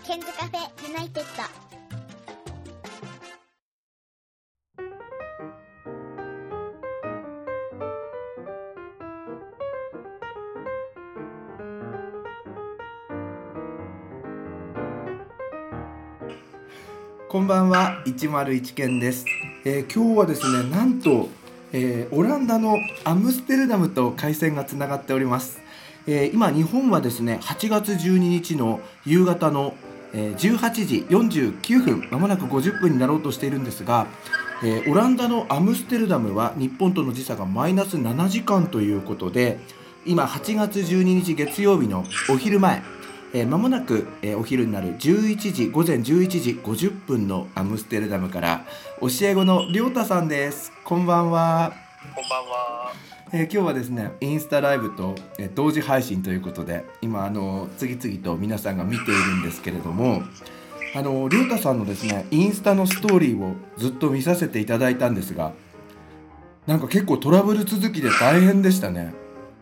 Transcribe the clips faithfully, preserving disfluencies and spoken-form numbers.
ケンズカフェユナイテッド。 こんばんは、いちまるいちケンです。えー、今日はですね、なんと、えー、オランダのアムステルダムと回線がつながっております。えー、今日本はですね、はちがつじゅうににちの夕方の、えー、じゅうはちじよんじゅうきゅうふん、まもなくごじゅっぷんになろうとしているんですが、えー、オランダのアムステルダムは日本との時差がマイナスななじかんということで、今はちがつじゅうににち月曜日のお昼前、えー、間もなく、えー、お昼になるじゅういちじ午前じゅういちじごじゅっぷんのアムステルダムから教え子のりょうたさんです。こんばんは。 こんばんは。 えー、今日はですね、インスタライブと、えー、同時配信ということで、今あの次々と皆さんが見ているんですけれども、あのりょうたさんのですね、インスタのストーリーをずっと見させていただいたんですが、なんか結構トラブル続きで大変でしたね。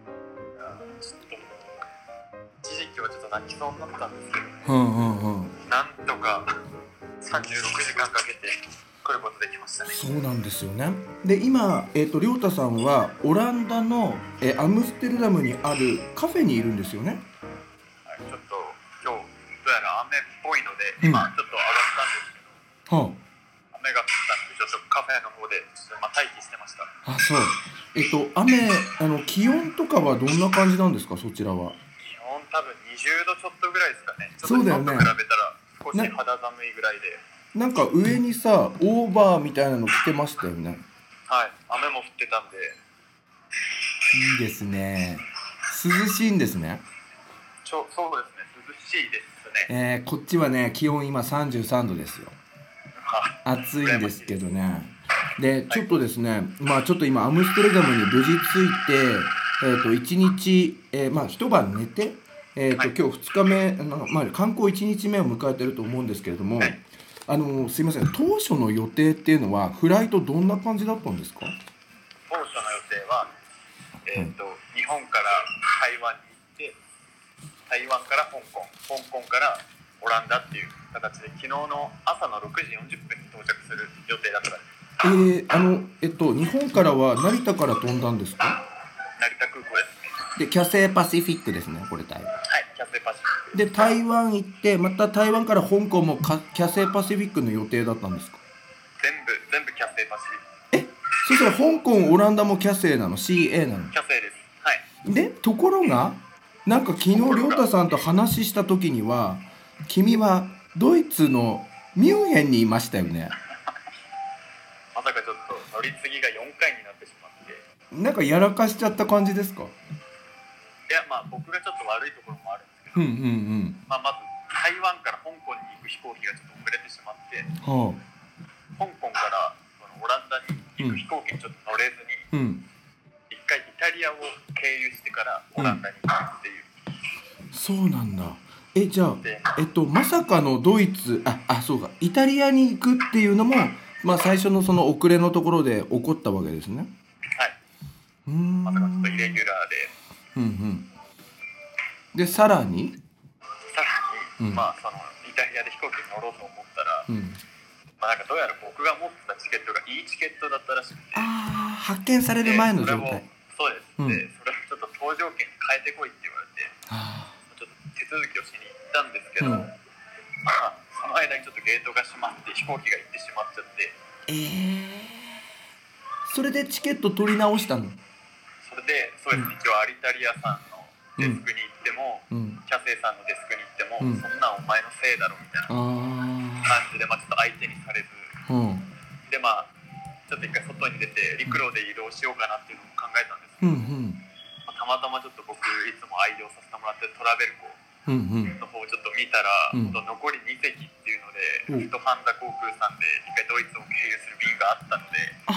一時期はちょっと泣きそうになったんですけど、ね、 うんうんうん、 なんとかさんじゅうろくじかんかけて来ることできましたね。 そうなんですよね。で今、えーと、りょうたさんはオランダの、えー、アムステルダムにあるカフェにいるんですよね。 はい、ちょっと今日どうやら雨っぽいので、うん、今ちょっと上がったんですけど、はあ、雨が降ったのでちょっとカフェの方でちょっと、まあ、待機してました。 あ、そう。えっと雨あの気温とかはどんな感じなんですか、そちらは。 気温多分にじゅうどちょっとぐらいですかね。ちょっとそうだよね。 比べたら少し肌寒いぐらいで。 な, なんか上にさオーバーみたいなの着てましたよね。 はい、雨も降ってたんで。 いいですね。涼しいんですね。 ちょそうですね、涼しいですえね。 ー、こっちはね気温今さんじゅうさんどですよ。暑いんですけどね。でちょっとですね、はい、まあちょっと今アムステルダムに無事着いて、えー、といちにち、えー、まあ一晩寝て、えーとはい、今日ふつかめ、まあ、観光いちにちめを迎えてると思うんですけれども、はい、あのすいません、当初の予定っていうのはフライトどんな感じだったんですか？ 当初の予定は、えーとはい、日本から台湾に行って、台湾から香港、香港からオランダっていう形で、昨日の朝のろくじよんじゅっぷんに到着する予定だったんです。 えー、あの、えっと、日本からは成田から飛んだんですか？ 成田空港ですで、 ね。 キャセイパシフィックですね、これ台湾。 はい、キャセイパシフィックで、台湾行って、また台湾から香港もキャセイパシフィックの予定だったんですか？ 全部、全部キャセイパシフィック。 え、そしたら香港、オランダもキャセイなの？ シーエー なの？ キャセイです。はい。 で、ところが、なんか昨日、りょうたさんと話した時には、君はドイツのミュンヘンにいましたよね。 まさかちょっと乗り継ぎがよんかいになってしまって、 なんかやらかしちゃった感じですか？ いや、まあ僕がちょっと悪いところもあるんですけど、うんうんうん、まあ、まず台湾から香港に行く飛行機がちょっと遅れてしまって、はあ、香港からそのオランダに行く飛行機にちょっと乗れずに、うん、一回イタリアを経由してからオランダに行くっていう、うん、 そうなんだ。え、じゃあ、えっと、まさかのドイツ、あ、あ、そうか、イタリアに行くっていうのも、まあ、最初のその遅れのところで起こったわけですね。はい。 うーん。まさかちょっとイレギュラーで。 うんうん。で、さらにさらに、うん、まあ、その、イタリアで飛行機に乗ろうと思ったら、うん、まあ、なんかどうやら僕が持ってたチケットがいいチケットだったらしくて。 ああ、発見される前の状態。 そうです。うん、で、それをちょっと搭乗券変えてこいって言われて、あちょっと手続きをしに行ったんですけど、うん、まあ、その間にちょっとゲートが閉まって飛行機が行ってしまっちゃって、えー、それでチケット取り直したの？ それで、そうです、うん、一応アリタリアさんのデスクに行っても、うん、キャセイさんのデスクに行っても、うん、そんなんお前のせいだろみたいな感じで、まあ、ちょっと相手にされず、うん、でまあちょっと一回外に出て陸路で移動しようかなっていうのも考えたんですけど、うんうん、まあ、たまたまちょっと僕いつも愛用させてもらってるトラベルコの方をちょっと見たら、うん、残りにせきっていうので、うん、ルフトハンザ航空さんで一回ドイツを経由する便があったので、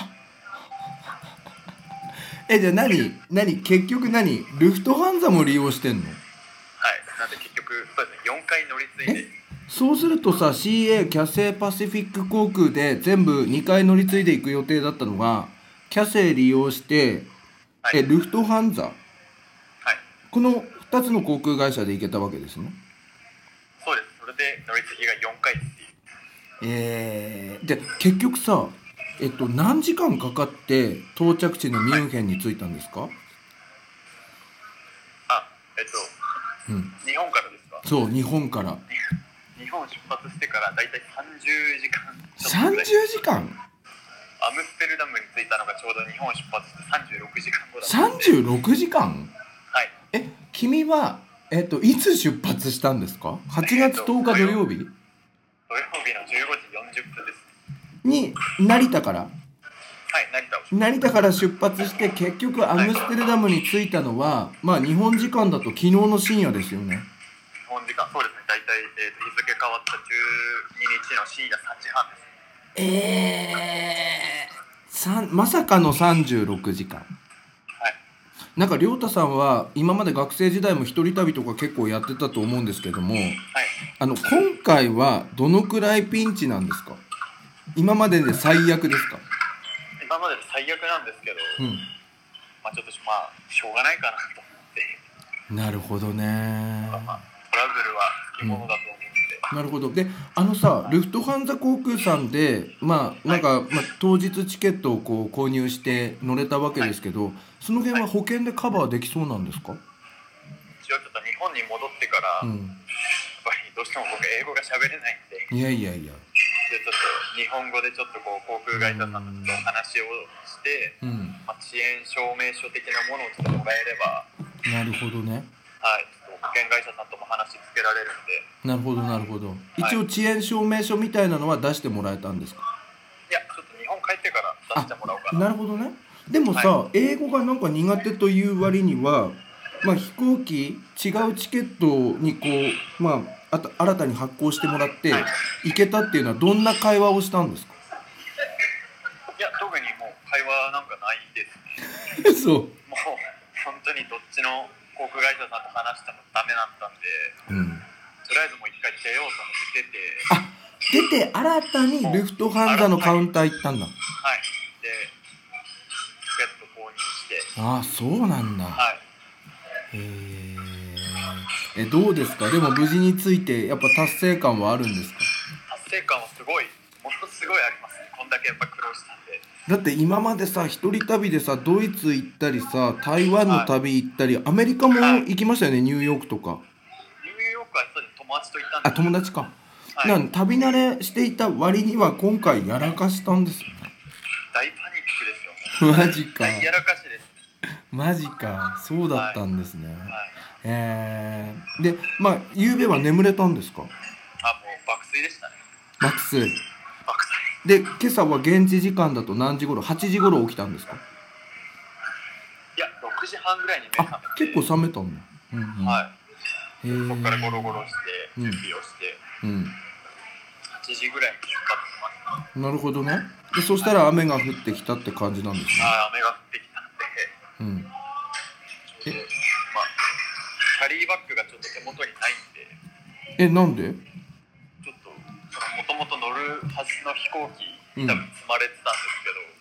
え、じゃあ何何結局何ルフトハンザも利用してんの？はい、 なんで結局そうですね、よんかい乗り継いで。 そうするとさ、 シーエー キャセイパシフィック航空で全部にかい乗り継いでいく予定だったのが、キャセイ利用して、はい、えルフトハンザ、はい、このふたつの航空会社で行けたわけですね。 そうです。それでで乗り継ぎがよんかいっていう。 えー、で結局さ、えっと、何時間かかって到着地のミュンヘンに着いたんですか？はい、 あ、えっと、うん、日本からですか？ そう、日本から日本出発してからだいたいさんじゅうじかん。 さんじゅうじかん？ アムステルダムに着いたのがちょうど日本出発してさんじゅうろくじかんごだったさんじゅうろくじかん？ はい。 え、君は、えっと、いつ出発したんですか？はちがつとおか土曜日？ 土曜日のじゅうごじよんじゅっぷんです。 に、成田から？ はい、成田を成田から出発して結局アムステルダムに着いたのは、まあ日本時間だと昨日の深夜ですよね。 日本時間、そうですね。だいたい、えー、と日付変わったじゅうににちの深夜さんじはんです。 えー、まさかのさんじゅうろくじかん。 はい。 なんか亮太さんは今まで学生時代も一人旅とか結構やってたと思うんですけども、はい、あの今回はどのくらいピンチなんですか？今までで最悪ですか？ 今までで最悪なんですけど、うん、まあちょっとまあしょうがないかなと思って。 なるほどね。 まあ、トラブルはつきものだと思って、 うん、なるほど。で、あのさ、ルフトハンザ航空さんでまあなんか、はい、まあ、当日チケットをこう購入して乗れたわけですけど、はい、その辺は保険でカバーできそうなんですか？ 一応ちょっと日本に戻ってから、うん、やっぱりどうしても僕英語が喋れないんで、 いやいやいや、 でちょっと日本語でちょっとこう航空会社さんとちょっとお話をして、うん、まあ、遅延証明書的なものをちょっともらえれば。 なるほどね。 はい、ちょっと保険会社さんとも話つけられるんで。 なるほどなるほど。一応遅延証明書みたいなのは出してもらえたんですか？ いや、ちょっと日本帰ってから出してもらおうかな。 なるほどね。でもさ、はい、英語がなんか苦手という割には、まあ、飛行機違うチケットにこう、まあ、あと新たに発行してもらって行けたっていうのはどんな会話をしたんですか？ いや、特にもう会話なんかないですね。 そう。もう本当にどっちの航空会社さんと話してもダメだったんで、うん、とりあえずもう一回出ようと思って出て、 あ、出て新たにルフトハンザのカウンター行ったんだ。はい。 で、チケット購入して。 ああ、そうなんだ。 はい。 へえ。え、どうですか？でも無事に着いてやっぱ達成感はあるんですか？ 達成感はすごい、ものすごいありますね。こんだけやっぱ苦労したんで。 だって今までさ、一人旅でさ、ドイツ行ったりさ、台湾の旅行ったり、はい、アメリカも行きましたよね、はい、ニューヨークとか。 ニューヨークは友達と行ったんです。 あ、友達か。はい、なん旅慣れしていた割には今回やらかしたんですよね。 大パニックですよね。 マジか。 大やらかしです。 マジか、そうだったんですね。はいはい、えー、で、まあ夕べは眠れたんですか？ あ、もう爆睡でしたね。 爆睡。 爆睡。 で、今朝は現地時間だと何時頃？はちじ頃起きたんですか？ いや、ろくじはんぐらいに目覚めて。 結構冷めたんだ。 うんうん、はい。そこからゴロゴロして準備をして、うんうん、はちじぐらいに出発しました。 なるほどね。で、そしたら雨が降ってきたって感じなんですね。 あ、雨が降ってきたんで、うん、ちょうどまあキャリーバッグがちょっと手元にないんで。 え、なんで？ ちょっともともと乗るはずの飛行機に多分積まれてたんですけど、うん、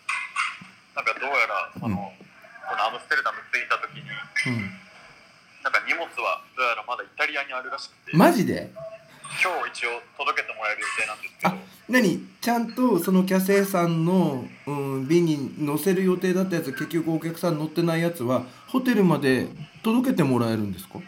なんかどうやらその、うん、このアムステルダム着いた時に、うん、なんか荷物はどうやらまだイタリアにあるらしくて。 マジで？ 今日一応届けてもらえる予定なんですけど。 あ、何？ちゃんとそのキャセイさんの、うん、便に乗せる予定だったやつ、結局お客さん乗ってないやつはホテルまで届けてもらえるんですか？ はい、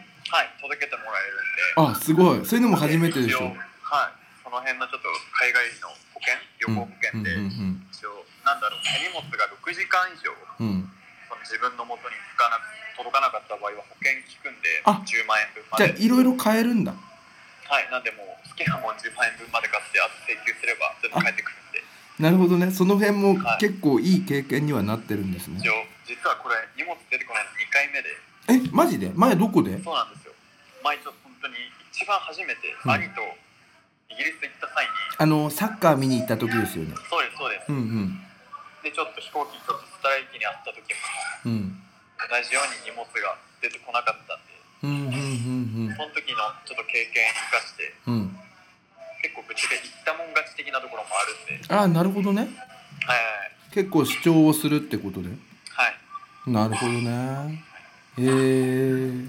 届けてもらえるんで。 あ、すごい。そういうのも初めてでしょ。 はい、その辺のちょっと海外の保険、旅行保険で、うんうんうんうん、一応なんだろう、手荷物がろくじかん以上、うん、その自分の元につかな届かなかった場合は保険効くんで、じゅうまんえんぶんまで。 じゃあいろいろ買えるんだ。 はい、なんでもう好きなもんじゅうまんえんぶんまで買ってあと請求すれば全部返ってくるんで。 なるほどね。その辺も結構いい経験にはなってるんですね。 一応実はこれ荷物出てこないのにかいめで。 え、マジで？前どこで？ そうなんですよ。前ちょっと本当に一番初めて、うん、兄とイギリス行った際に、 あのサッカー見に行った時ですよね。 そうですそうです。うんうん。でちょっと飛行機ちょっとストライキにあった時も、うん、同じように荷物が出てこなかったんで。うんうんうんうん、その時のちょっと経験を生かして、うん、結構ぶっちゃけ言ったもん勝ち的なところもあるんで。 ああ、なるほどね。 はい、 結構主張をするってことで。 はい。 なるほどね。へえー。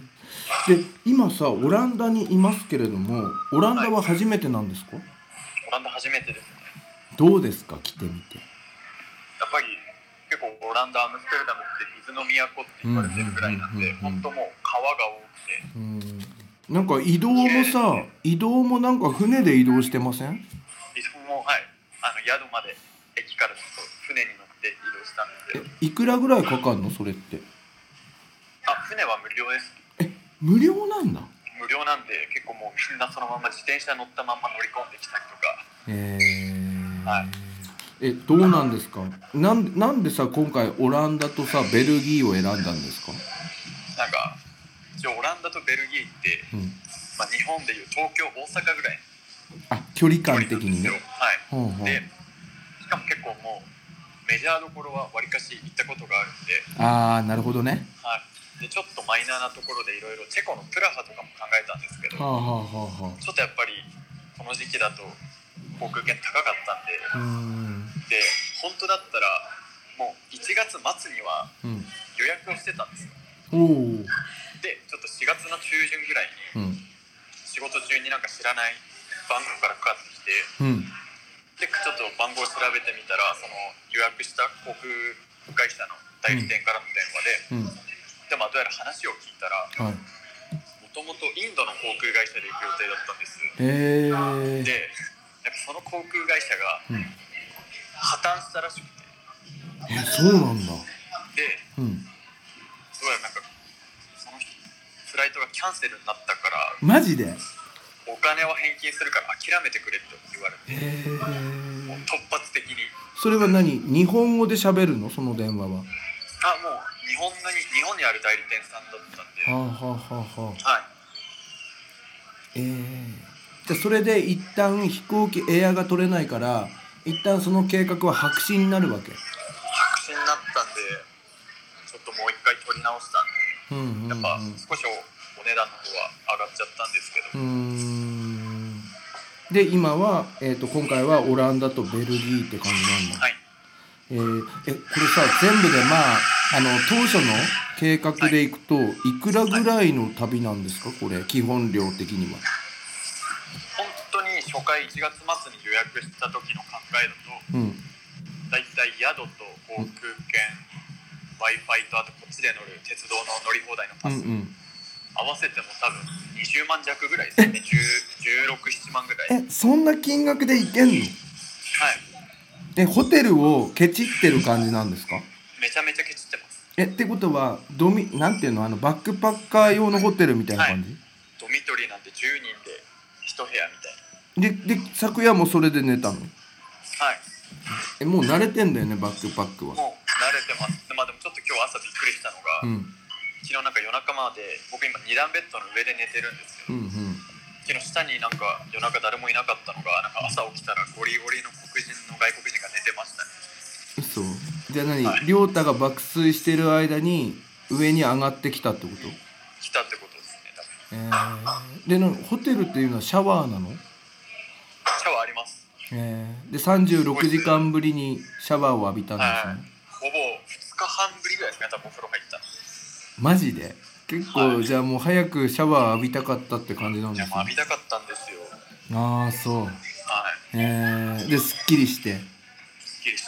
で今さオランダにいますけれども、オランダは初めてなんですか？はい、 オランダ初めてですね。 どうですか、来てみて。 やっぱり結構オランダアムステルダムって水の都って言われてるぐらいなんで、本当もう川が多くて、うん、 なんか移動もさ、移動もなんか船で移動してません？ 移動も、はい、あの宿まで駅からちょっと船に乗って移動したんですけど。 え、いくらぐらいかかるのそれって？ あ、船は無料です。 え、無料なんだ。 無料なんで結構もうみんなそのまま自転車乗ったまま乗り込んできたりとか。 へー、 はい、 え、どうなんですか？なんなんでさ今回オランダとさベルギーを選んだんですか？ なんか一応オランダとベルギーって、うん、まあ、日本でいう東京大阪ぐらい、 あ、距離感的にね。 はい、ほうほう。でしかも結構もうメジャーどころはわりかし行ったことがあるんで。 ああ、なるほどね。 はい、でちょっとマイナーなところでいろいろチェコのプラハとかも考えたんですけど、はあはあはあ、ちょっとやっぱりこの時期だと航空券高かったんで、うんで本当だったらもういちがつ末には予約をしてたんですよ、うん、でちょっとしがつの中旬ぐらいに、うん、仕事中になんか知らない番号からかかってきて、うん、でちょっと番号を調べてみたらその予約した航空会社の代理店からの電話で、うん、でもどうやら話を聞いたら、もともとインドの航空会社で行く予定だったんです。へー。でなんかその航空会社が破綻したらしくて、 うん、え、そうなんだ。 で、うん、すごいなんかそのフライトがキャンセルになったから、 マジでお金を返金するから諦めてくれって言われて、へー、もう突発的に。 それは何、日本語で喋るのその電話は？ あ、もう日本のに日本にある代理店さんだったんで。はあはあはあ。はい。 えー、じゃあそれで一旦飛行機エアが取れないから一旦その計画は白紙になるわけ？ 白紙になったんでちょっともう一回取り直したんで、うんうんうん、やっぱ少しお値段の方は上がっちゃったんですけど。うーん。で今は、えーと、今回はオランダとベルギーって感じなんだ。はい。えー、えこれさ全部でまああの当初の計画でいくと、はい、いくらぐらいの旅なんですかこれ、基本料的には？ 本当に初回いちがつ末に予約した時の考えだと、うん、だいたい宿と航空券、うん、Wi-Fi とあとこっちで乗る鉄道の乗り放題のパス、うんうん、合わせても多分にじゅうまん弱ぐらいですね。じゅうろく、ななまんぐらい。 え、そんな金額で行けんの？はい。え、ホテルをケチってる感じなんですか？ めちゃめちゃケチってます。 え、ってことはドミなんていうの、あのバックパッカー用のホテルみたいな感じ？はい、 ドミトリーなんてじゅうにんでいち部屋みたいな。で、で昨夜もそれで寝たの？はい。え、もう慣れてんだよねバックパックは。 もう慣れてます。まあでもちょっと今日朝びっくりしたのが、うん、昨日なんか夜中まで僕今にだんベッドの上で寝てるんですよ。うんうん、昨日下になんか夜中誰もいなかったのが、なんか朝起きたらゴリゴリの黒人の外国人が寝てましたね。 嘘。じゃあ何、はい、亮太が爆睡してる間に上に上がってきたってこと？ 来たってことですね、 多分。えー、でなホテルっていうのはシャワーなの？ シャワーあります。 えー、でさんじゅうろくじかんぶりにシャワーを浴びたんですね。はい、 ほぼふつかはんぶりぐらいですね、多分お風呂入った。 マジで？結構、はい、じゃあもう早くシャワー浴びたかったって感じなんですね。 いや、もう浴びたかったんですよ。 ああ、そう。はい。えー、ですっきりして。 すっきりして。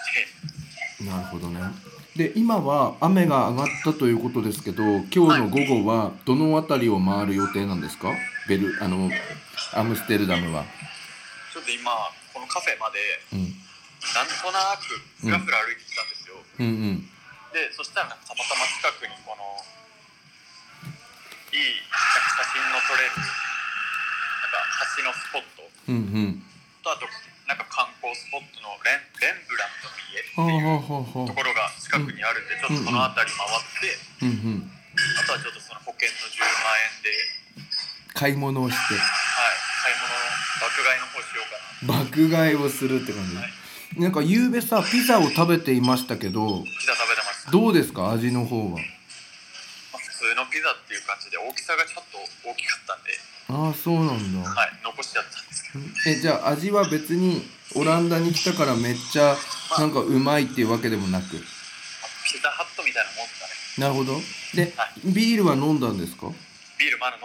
なるほどね。で今は雨が上がったということですけど、今日の午後はどの辺りを回る予定なんですか？ベルあのアムステルダムは。 ちょっと今このカフェまで、うん、なんとなくふらふら歩いてきたんですよ。うんうんうん、でそしたらたまたま近くにこのいいなんか写真の撮れるなんか橋のスポット、うんうん、とあとなんか観光スポットのレン、レンブラントの家っていうところが近くにあるんで、ちょっとその辺り回って、うんうん、あとはちょっとその保険のじゅうまんえんで買い物をして、はい、 買い物爆買いの方しようかな。 爆買いをするって感じ、はい、なんか夕べさピザを食べていましたけど、 ピザ食べてました。 どうですか味の方は？ まあ、普通のピザっていう感じで大きさがちょっと大きかったんで。 ああ、そうなんだ。 はい、残しちゃったんですけど。 え、じゃあ味は別にオランダに来たからめっちゃなんかうまいっていうわけでもなく、まあ、 ピザハットみたいなもんですかね。 なるほど。で、はい、ビールは飲んだんですか？ ビールまだ飲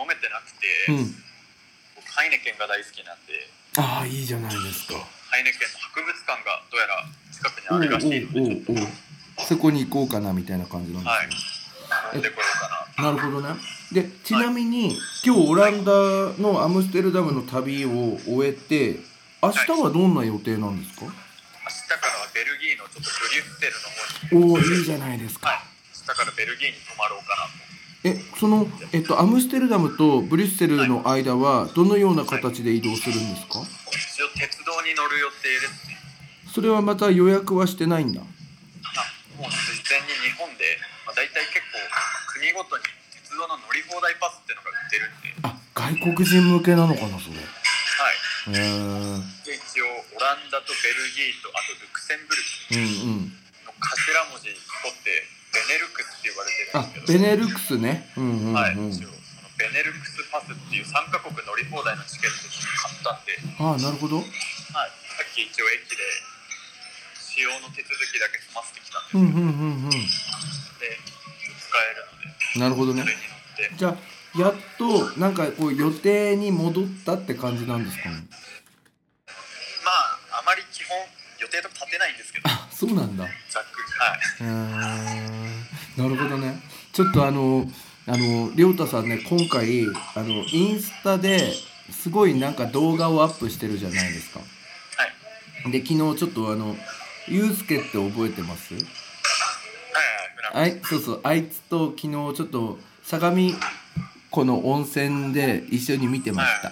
うん、ハイネケンが大好きなんで。 ああ、いいじゃないですか。 ハイネケンの博物館がどうやら近くにあるらしいので、ちょっとそこに行こうかなみたいな感じなんですね。 はい、飲んでこようかな。 なるほどね。で、ちなみに、はい、今日オランダのアムステルダムの旅を終えて、明日はどんな予定なんですか？ 明日からはベルギーのちょっとブリュッセルの方に。 おお、いいじゃないですか。 はい、明日からベルギーに泊まろうかなと。 え、その、えっと、アムステルダムとブリュッセルの間はどのような形で移動するんですか？はい、 一応鉄道に乗る予定ですね。 それはまた予約はしてないんだ。 あ、もう事前に日本で、まあ、大体結構国ごとに鉄道の乗り放題パスっていうのが売ってるんで。 あ、外国人向けなのかなそれ。 はい。 へえ。 で一応オランダとベルギーとあとルクセンブルクの頭文字取ってベネルクスって言われてるんですけど。 あ、ベネルクスね。うんうんうん。 はい。一応そのベネルクスパスっていうさんカ国乗り放題のチケットを買ったんで。 ああ、なるほど。 はい。さっき一応駅で使用の手続きだけ済ませてきたんですけど。うんうんうんうん。で使えるので。 なるほどね。じゃあやっとなんかこう予定に戻ったって感じなんですかね。 まああまり基本予定とか立てないんですけど。 あ、そうなんだ。 ざっくり。はい。 なるほどね。ちょっとあのあのりょうたさんね、今回あのインスタですごいなんか動画をアップしてるじゃないですか。 はい。 で昨日ちょっとあのゆうすけって覚えてます？ はいはいはい。 あいそうそうあいつと昨日ちょっと相模湖の温泉で一緒に見てました。はい、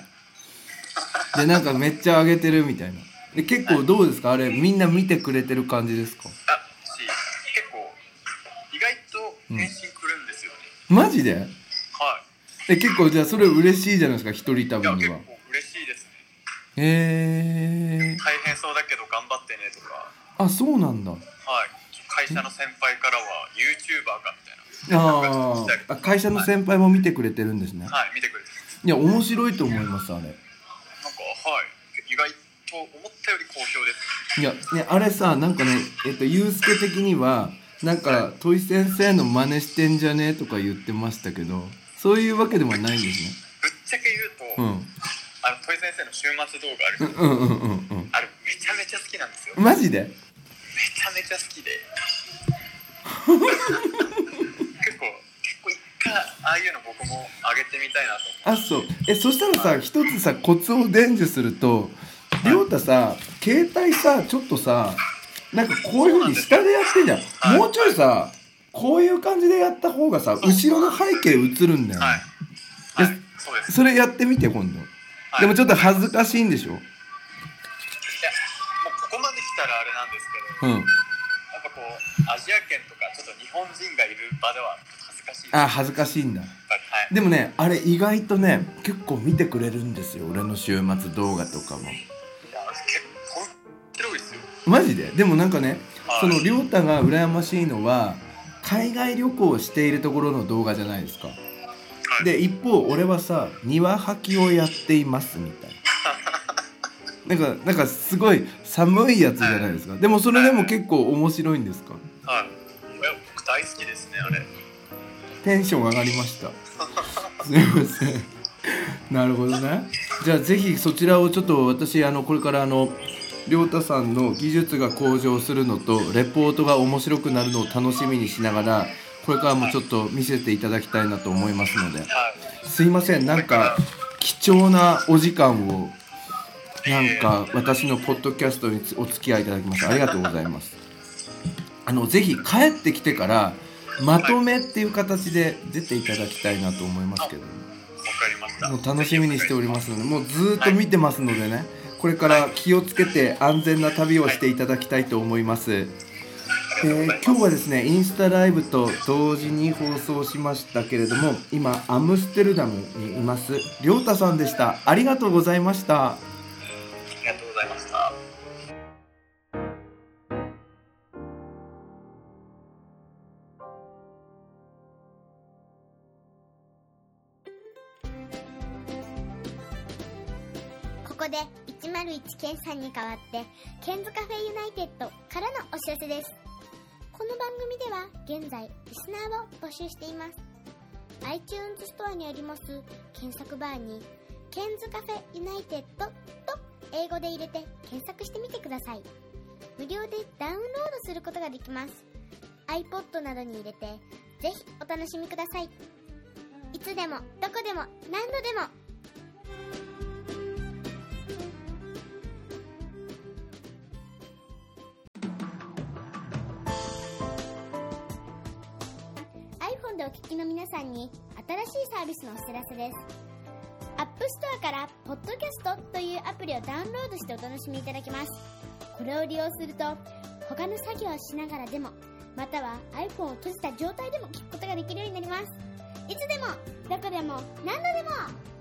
でなんかめっちゃ上げてるみたいな。で結構どうですか、あれみんな見てくれてる感じですか？ あ、し結構意外と返信来るんですよね。 うん、マジで？ はい。 え結構じゃあそれ嬉しいじゃないですか、一人旅には。いや結構嬉しいですね。 へえー。 大変そうだけど頑張ってねとか。 あ、そうなんだ。はい。 会社の先輩からは YouTuber かみたいな。 ああ、会社の先輩も見てくれてるんですね。 はい、見てくれてる。 いや面白いと思いますあれ。なんかはい意外と思ったより好評です。 いやね、あれさ、なんかね、えっとゆうすけ的にはなんか土井先生の真似してんじゃねえとか言ってましたけど、そういうわけでもないんですね。 ぶっちゃけ言うと、うん、あの土井先生の週末動画ある。 うんうんうんうん。 あれめちゃめちゃ好きなんですよ。 マジで？めちゃめちゃ好きで。結構結構一回ああいうの僕も上げてみたいなと思って。 あ、そう。え、そしたらさ、一つさコツを伝授すると、りょうたさ、携帯さちょっとさ、なんかこういう風に下でやってんじゃん。はい、もうちょいさ、こういう感じでやった方がさ、後ろの背景映るんだよね。はいはい、そうです。それやってみて今度。はい、でもちょっと恥ずかしいんでしょ？いや、もうここまで来たらあれなんですけど。うん。こうアジア圏とかちょっと日本人がいる場では恥ずかしいです。 あ、恥ずかしいんだ。はい、でもね、あれ意外とね結構見てくれるんですよ、俺の週末動画とかも。いや結構面白いですよ。 マジで？でもなんかね、はい、そのりょうたが羨ましいのは海外旅行をしているところの動画じゃないですか。はい、で一方俺はさ庭履きをやっていますみたいな。なんか、なんかすごい寒いやつじゃないですか。はい、でもそれでも結構面白いんですか？ はい。僕大好きですね、あれ。 テンション上がりました。すみません。なるほどね。じゃあぜひそちらをちょっと私あのこれからあのりょうたさんの技術が向上するのとレポートが面白くなるのを楽しみにしながらこれからもちょっと見せていただきたいなと思いますので。はい、すいません、なんか貴重なお時間を。なんか私のポッドキャストにお付き合いいただきましてありがとうございます。あのぜひ帰ってきてからまとめっていう形で出ていただきたいなと思いますけど、ね、 わかりました。 もう楽しみにしておりますので、もうずっと見てますのでね、これから気をつけて安全な旅をしていただきたいと思います。えー、今日はですねインスタライブと同時に放送しましたけれども、今アムステルダムにいますりょうたさんでした。ありがとうございました。 ありがとうございました。 ここでいちまるいちケンさんに代わってケンズカフェユナイテッドからのお知らせです。この番組では現在リスナーを募集しています。 iTunes ストアにあります検索バーにケンズカフェユナイテッドと英語で入れて検索してみてください。無料でダウンロードすることができます。 iPod などに入れてぜひお楽しみください。いつでもどこでも何度でも。iPhone でお聞きの皆さんに新しいサービスのお知らせです。App Store からポッドキャストというアプリをダウンロードしてお楽しみいただけます。これを利用すると他の作業をしながらでも、または iPhone を閉じた状態でも聞くことができるようになります。いつでもどこでも何度でも。